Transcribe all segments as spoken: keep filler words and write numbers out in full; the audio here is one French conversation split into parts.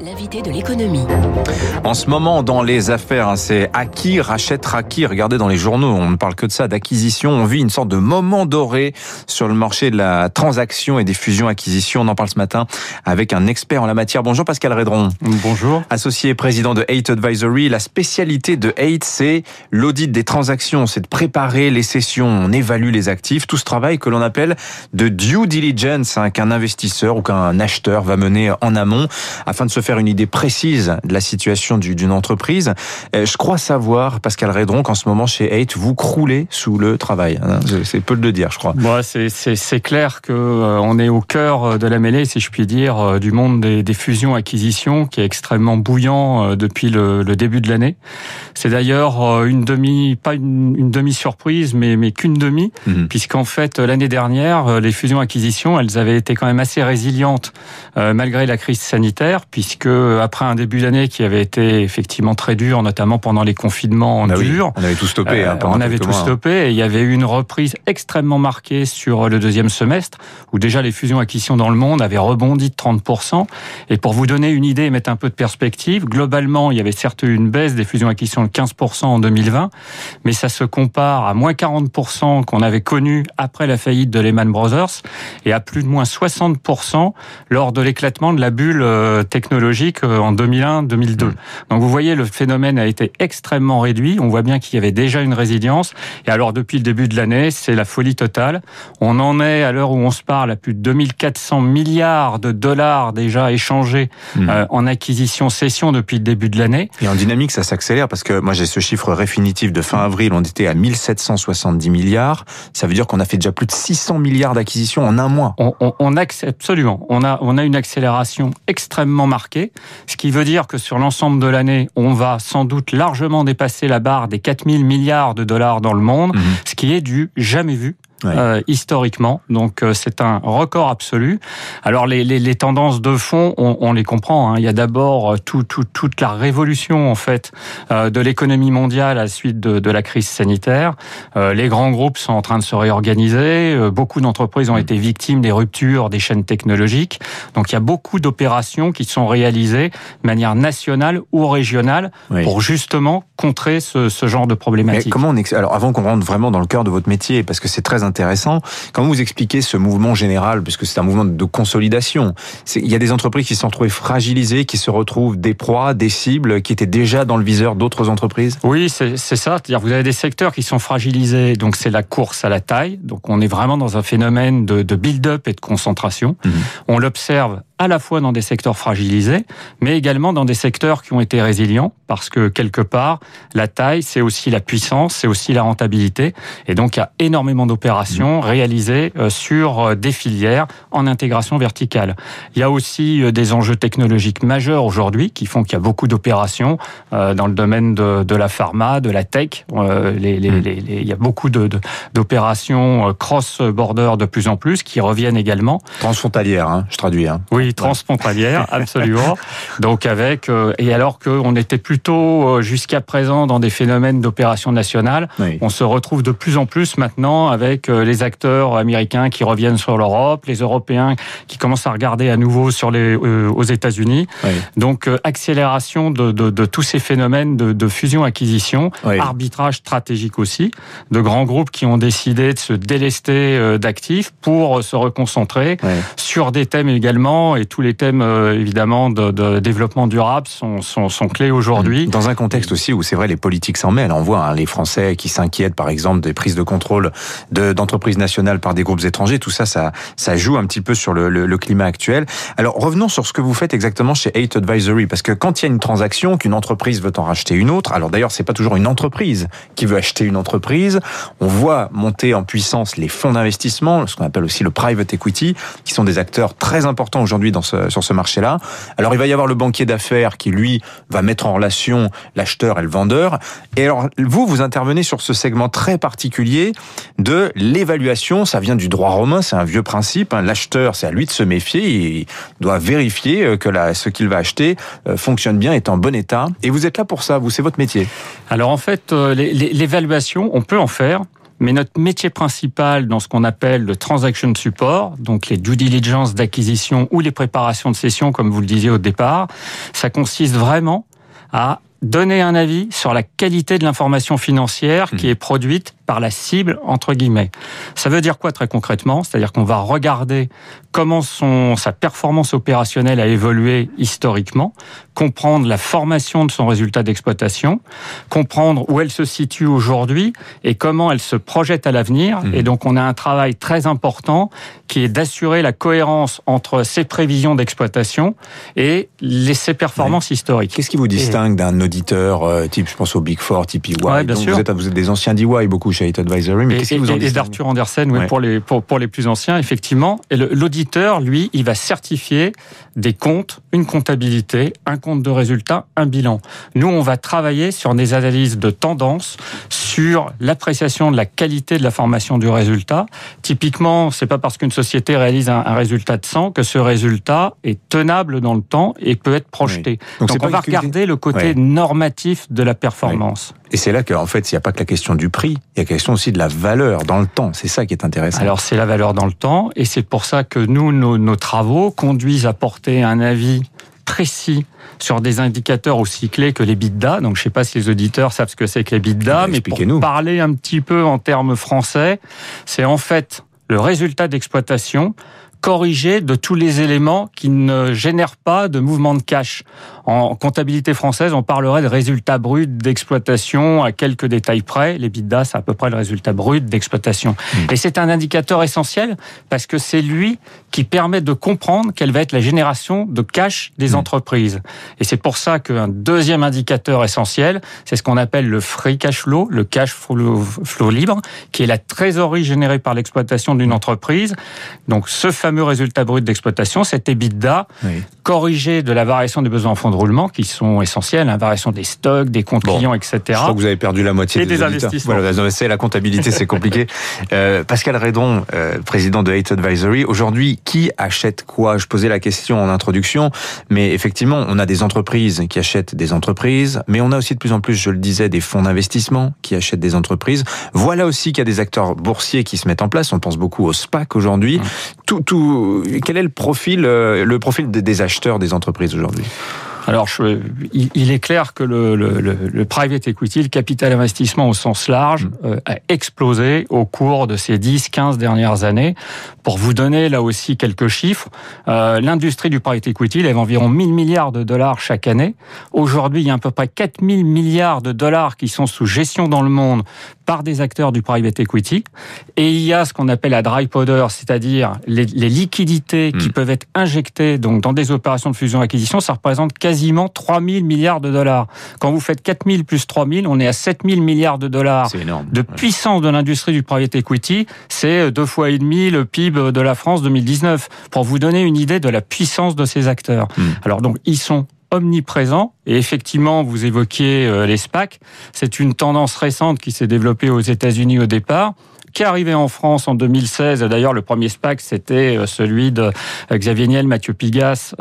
L'invité de l'économie. En ce moment, dans les affaires, hein, c'est à qui rachètera qui. Regardez dans les journaux, on ne parle que de ça, d'acquisition. On vit une sorte de moment doré sur le marché de la transaction et des fusions-acquisitions. On en parle ce matin avec un expert en la matière. Bonjour Pascal Redron. Bonjour. Associé et président de Eight Advisory. La spécialité de Eight, c'est l'audit des transactions. C'est de préparer les sessions. On évalue les actifs. Tout ce travail que l'on appelle de due diligence, hein, qu'un investisseur ou qu'un acheteur va mener en amont afin de se faire une idée précise de la situation d'une entreprise. Je crois savoir, Pascal Redron, qu'en ce moment chez Eight, vous croulez sous le travail. C'est peu de le dire, je crois. Bon, c'est, c'est, c'est clair que euh, on est au cœur de la mêlée, si je puis dire, euh, du monde des, des fusions-acquisitions, qui est extrêmement bouillant euh, depuis le, le début de l'année. C'est d'ailleurs euh, une demi, pas une, une demi-surprise, mais, mais qu'une demi, mmh. puisqu'en fait, l'année dernière, euh, les fusions-acquisitions, elles avaient été quand même assez résilientes, euh, malgré la crise sanitaire, puisque après un début d'année qui avait été effectivement très dur, notamment pendant les confinements bah durs. Oui, on avait tout stoppé. Hein, euh, on avait tout mois. stoppé et il y avait eu une reprise extrêmement marquée sur le deuxième semestre, où déjà les fusions-acquisitions dans le monde avaient rebondi de trente pour cent. Et pour vous donner une idée et mettre un peu de perspective, globalement, il y avait certes eu une baisse des fusions-acquisitions de quinze pour cent en deux mille vingt, mais ça se compare à moins quarante pour cent qu'on avait connu après la faillite de Lehman Brothers et à plus de moins soixante pour cent lors de l'éclatement de la bulle technologique en deux mille un deux mille deux. Mmh. Donc vous voyez, le phénomène a été extrêmement réduit. On voit bien qu'il y avait déjà une résilience. Et alors depuis le début de l'année, c'est la folie totale. On en est, à l'heure où on se parle, à plus de deux mille quatre cents milliards de dollars déjà échangés mmh. euh, en acquisition-cession depuis le début de l'année. Et en dynamique, ça s'accélère parce que moi j'ai ce chiffre définitif de fin avril, on était à mille sept cent soixante-dix milliards. Ça veut dire qu'on a fait déjà plus de six cents milliards d'acquisitions en un mois. On, on, on a, absolument. On a, on a une accélération extrêmement marquée. Ce qui veut dire que sur l'ensemble de l'année, on va sans doute largement dépasser la barre des quatre mille milliards de dollars dans le monde, mmh. ce qui est du jamais vu. Ouais. Euh, historiquement, donc euh, c'est un record absolu. Alors les, les, les tendances de fond, on, on les comprend. Hein. Il y a d'abord tout, tout, toute la révolution en fait euh, de l'économie mondiale à la suite de, de la crise sanitaire. Euh, les grands groupes sont en train de se réorganiser. Euh, beaucoup d'entreprises ont été victimes des ruptures des chaînes technologiques. Donc il y a beaucoup d'opérations qui sont réalisées de manière nationale ou régionale oui. pour justement contrer ce, ce genre de problématiques. Mais comment on ex... Alors avant qu'on rentre vraiment dans le cœur de votre métier, parce que c'est très intéressant. Comment vous expliquez ce mouvement général, puisque c'est un mouvement de consolidation? C'est, il y a des entreprises qui se sont retrouvées fragilisées, qui se retrouvent des proies, des cibles, qui étaient déjà dans le viseur d'autres entreprises? Oui, c'est, c'est ça. C'est-à-dire, vous avez des secteurs qui sont fragilisés, donc c'est la course à la taille. Donc on est vraiment dans un phénomène de, de build-up et de concentration. Mmh. On l'observe à la fois dans des secteurs fragilisés, mais également dans des secteurs qui ont été résilients, parce que quelque part, la taille, c'est aussi la puissance, c'est aussi la rentabilité, et donc il y a énormément d'opérations mmh. réalisées sur des filières en intégration verticale. Il y a aussi des enjeux technologiques majeurs aujourd'hui, qui font qu'il y a beaucoup d'opérations dans le domaine de, de la pharma, de la tech. Les, les, mmh. les, les, il y a beaucoup de, de, d'opérations cross-border de plus en plus, qui reviennent également. Transfrontalières, hein, je traduis. Hein. Oui, transfrontalière, absolument. Donc avec euh, et alors qu'on était plutôt euh, jusqu'à présent dans des phénomènes d'opération nationale, oui. on se retrouve de plus en plus maintenant avec euh, les acteurs américains qui reviennent sur l'Europe, les Européens qui commencent à regarder à nouveau sur les euh, aux États-Unis. Oui. Donc euh, accélération de, de, de tous ces phénomènes de, de fusion-acquisition, oui. arbitrage stratégique aussi, de grands groupes qui ont décidé de se délester euh, d'actifs pour euh, se reconcentrer oui. sur des thèmes également. Et tous les thèmes, euh, évidemment, de, de développement durable sont, sont, sont clés aujourd'hui. Dans un contexte aussi où, c'est vrai, les politiques s'en mêlent. On voit hein, les Français qui s'inquiètent, par exemple, des prises de contrôle de, d'entreprises nationales par des groupes étrangers. Tout ça, ça, ça joue un petit peu sur le, le, le climat actuel. Alors, revenons sur ce que vous faites exactement chez Eight Advisory. Parce que quand il y a une transaction, qu'une entreprise veut en racheter une autre, alors d'ailleurs, c'est pas toujours une entreprise qui veut acheter une entreprise. On voit monter en puissance les fonds d'investissement, ce qu'on appelle aussi le private equity, qui sont des acteurs très importants aujourd'hui dans ce, sur ce marché-là. Alors, il va y avoir le banquier d'affaires qui, lui, va mettre en relation l'acheteur et le vendeur. Et alors, vous, vous intervenez sur ce segment très particulier de l'évaluation. Ça vient du droit romain, c'est un vieux principe. L'acheteur, c'est à lui de se méfier. Il doit vérifier que la, ce qu'il va acheter fonctionne bien, est en bon état. Et vous êtes là pour ça, vous, c'est votre métier. Alors, en fait, l'évaluation, on peut en faire, Mais notre métier principal dans ce qu'on appelle le transaction support, donc les due diligence d'acquisition ou les préparations de cession, comme vous le disiez au départ, ça consiste vraiment à donner un avis sur la qualité de l'information financière qui est produite par la cible, entre guillemets. Ça veut dire quoi très concrètement ? C'est-à-dire qu'on va regarder comment son, sa performance opérationnelle a évolué historiquement, comprendre la formation de son résultat d'exploitation, comprendre où elle se situe aujourd'hui et comment elle se projette à l'avenir. Mmh. Et donc on a un travail très important qui est d'assurer la cohérence entre ses prévisions d'exploitation et les, ses performances oui. historiques. Qu'est-ce qui vous distingue et... d'un auditeur euh, type, je pense au Big Four, type E Y, ouais, bien donc sûr. Vous êtes, vous êtes des anciens d'E Y beaucoup chez Eight Advisory, mais et, qu'est-ce qui vous en distingue ? Et d'Arthur Andersen, oui, ouais. pour, les, pour, pour les plus anciens, effectivement. Et le, l'auditeur, lui, il va certifier des comptes, une comptabilité, un compte de résultat, un bilan. Nous, on va travailler sur des analyses de tendance, sur l'appréciation de la qualité de la formation du résultat. Typiquement, c'est pas parce qu'une société réalise un, un résultat de cent que ce résultat est tenable dans le temps et peut être projeté. Oui. Donc, Donc on va regarder le côté ouais. normatif de la performance. Oui. Et c'est là qu'en fait, il n'y a pas que la question du prix, il y a la question aussi de la valeur dans le temps. C'est ça qui est intéressant. Alors, c'est la valeur dans le temps, et c'est pour ça que nous, nos, nos travaux conduisent à porter un avis précis sur des indicateurs aussi clés que les l'EBITDA. Donc, je ne sais pas si les auditeurs savent ce que c'est que les l'EBITDA, mais pour parler un petit peu en termes français, c'est en fait le résultat d'exploitation corrigé de tous les éléments qui ne génèrent pas de mouvement de cash. En comptabilité française, on parlerait de résultat brut d'exploitation à quelques détails près. L'EBITDA, c'est à peu près le résultat brut d'exploitation. Mmh. Et c'est un indicateur essentiel parce que c'est lui qui permet de comprendre quelle va être la génération de cash des mmh. entreprises. Et c'est pour ça qu'un deuxième indicateur essentiel, c'est ce qu'on appelle le free cash flow, le cash flow, flow libre, qui est la trésorerie générée par l'exploitation d'une entreprise. Donc, ce fameux résultat brut d'exploitation, cet EBITDA, oui. corrigé de la variation des besoins en fonds de roulement, qui sont essentiels, la hein, variation des stocks, des comptes bon, clients, et cetera. Je crois que vous avez perdu la moitié et des, des auditeurs. investissements. Voilà, c'est la comptabilité, c'est compliqué. euh, Pascal Redon, euh, président de Eight Advisory, aujourd'hui, qui achète quoi ? Je posais la question en introduction, mais effectivement, on a des entreprises qui achètent des entreprises, mais on a aussi de plus en plus, je le disais, des fonds d'investissement qui achètent des entreprises. Voilà aussi qu'il y a des acteurs boursiers qui se mettent en place. On pense beaucoup aux SPAC aujourd'hui. Mmh. Tout, tout, quel est le profil, le profil des acheteurs des entreprises aujourd'hui ? Alors, je, il, il est clair que le, le, le private equity, le capital investissement au sens large, euh, a explosé au cours de ces dix quinze dernières années. Pour vous donner là aussi quelques chiffres, euh, l'industrie du private equity lève environ mille milliards de dollars chaque année. Aujourd'hui, il y a à peu près quatre mille milliards de dollars qui sont sous gestion dans le monde par des acteurs du private equity. Et il y a ce qu'on appelle la dry powder, c'est-à-dire les, les liquidités mmh. qui peuvent être injectées donc dans des opérations de fusion-acquisition. Ça représente quasiment trois mille milliards de dollars. Quand vous faites quatre mille plus trois mille, on est à sept mille milliards de dollars. C'est énorme. De puissance de l'industrie du private equity. C'est deux fois et demi le P I B de la France deux mille dix-neuf. Pour vous donner une idée de la puissance de ces acteurs. Mmh. Alors donc, ils sont omniprésent. Et effectivement, vous évoquiez euh, les SPAC. C'est une tendance récente qui s'est développée aux États-Unis au départ, qui est arrivé en France en deux mille seize. D'ailleurs, le premier SPAC, c'était celui de Xavier Niel, Mathieu Pigasse,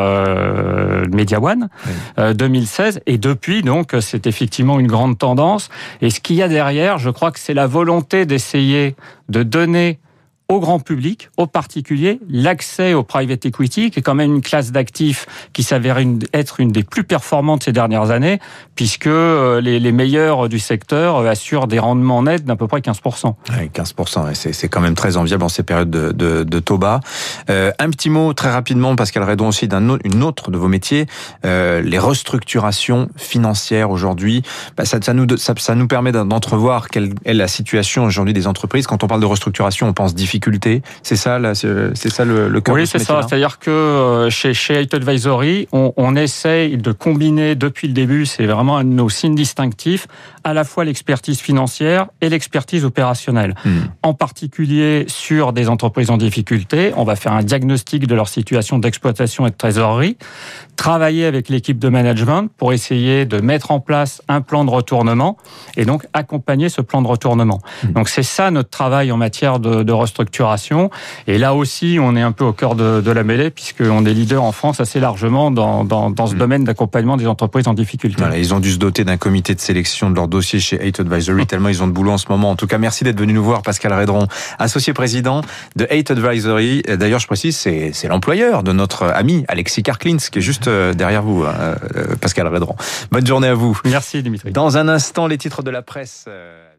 euh, Media One, oui. euh, deux mille seize. Et depuis, donc, c'est effectivement une grande tendance. Et ce qu'il y a derrière, je crois que c'est la volonté d'essayer de donner au grand public, aux particuliers, l'accès au private equity, qui est quand même une classe d'actifs qui s'avère une, être une des plus performantes ces dernières années, puisque les, les meilleurs du secteur assurent des rendements nets d'à peu près quinze pour cent. Oui, quinze pour cent, c'est, c'est quand même très enviable en ces périodes de, de, de taux bas. Euh, un petit mot très rapidement, Pascal Redon, aussi d'un autre, une autre de vos métiers, euh, les restructurations financières aujourd'hui. Bah, ça, ça, nous, ça, ça nous permet d'entrevoir quelle est la situation aujourd'hui des entreprises. Quand on parle de restructuration, on pense difficulté. C'est ça, là, c'est, c'est ça le, le cœur oui, de ce c'est métier-là. ça. C'est-à-dire que chez, chez Eight Advisory, on, on essaye de combiner depuis le début, c'est vraiment un de nos signes distinctifs, à la fois l'expertise financière et l'expertise opérationnelle. Mmh. En particulier sur des entreprises en difficulté, on va faire un diagnostic de leur situation d'exploitation et de trésorerie, travailler avec l'équipe de management pour essayer de mettre en place un plan de retournement et donc accompagner ce plan de retournement. Mmh. Donc c'est ça notre travail en matière de, de restructuration. restructuration. Et là aussi, on est un peu au cœur de, de la mêlée, puisqu'on est leader en France assez largement dans, dans, dans ce mmh. domaine d'accompagnement des entreprises en difficulté. Voilà, ils ont dû se doter d'un comité de sélection de leur dossier chez Eight Advisory, tellement ils ont de boulot en ce moment. En tout cas, merci d'être venu nous voir, Pascal Redron, associé président de Eight Advisory. D'ailleurs, je précise, c'est, c'est l'employeur de notre ami Alexis Karklins, qui est juste derrière vous, euh, Pascal Redron. Bonne journée à vous. Merci, Dimitri. Dans un instant, les titres de la presse.